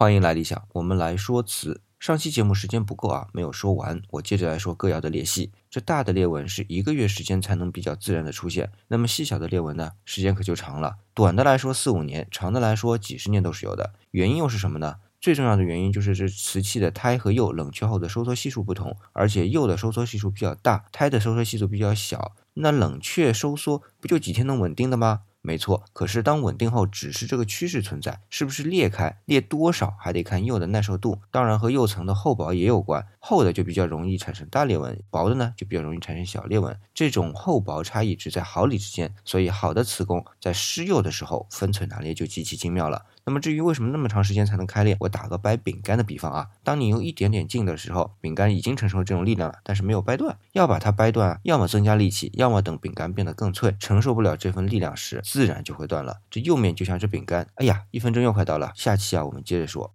欢迎来理想，我们来说词。上期节目时间不够啊，没有说完，我接着来说歌谣的裂隙。这大的裂纹是1个月时间才能比较自然的出现，那么细小的裂纹呢，时间可就长了。短的来说4、5年，长的来说几十年都是有的。原因又是什么呢？最重要的原因就是这瓷器的胎和釉冷却后的收缩系数不同，而且釉的收缩系数比较大，胎的收缩系数比较小。那冷却收缩不就几天能稳定的吗？没错，可是当稳定后只是这个趋势存在，是不是裂开，裂多少还得看釉的耐受度，当然和釉层的厚薄也有关，厚的就比较容易产生大裂纹，薄的呢就比较容易产生小裂纹，这种厚薄差异只在毫厘之间，所以好的瓷工在施釉的时候分寸拿捏就极其精妙了。那么至于为什么那么长时间才能开裂，我打个掰饼干的比方啊，当你用一点点劲的时候，饼干已经承受这种力量了，但是没有掰断，要把它掰断，要么增加力气，要么等饼干变得更脆，承受不了这份力量时，自然就会断了。这釉面就像这饼干，哎呀，1分钟又快到了，下期我们接着说。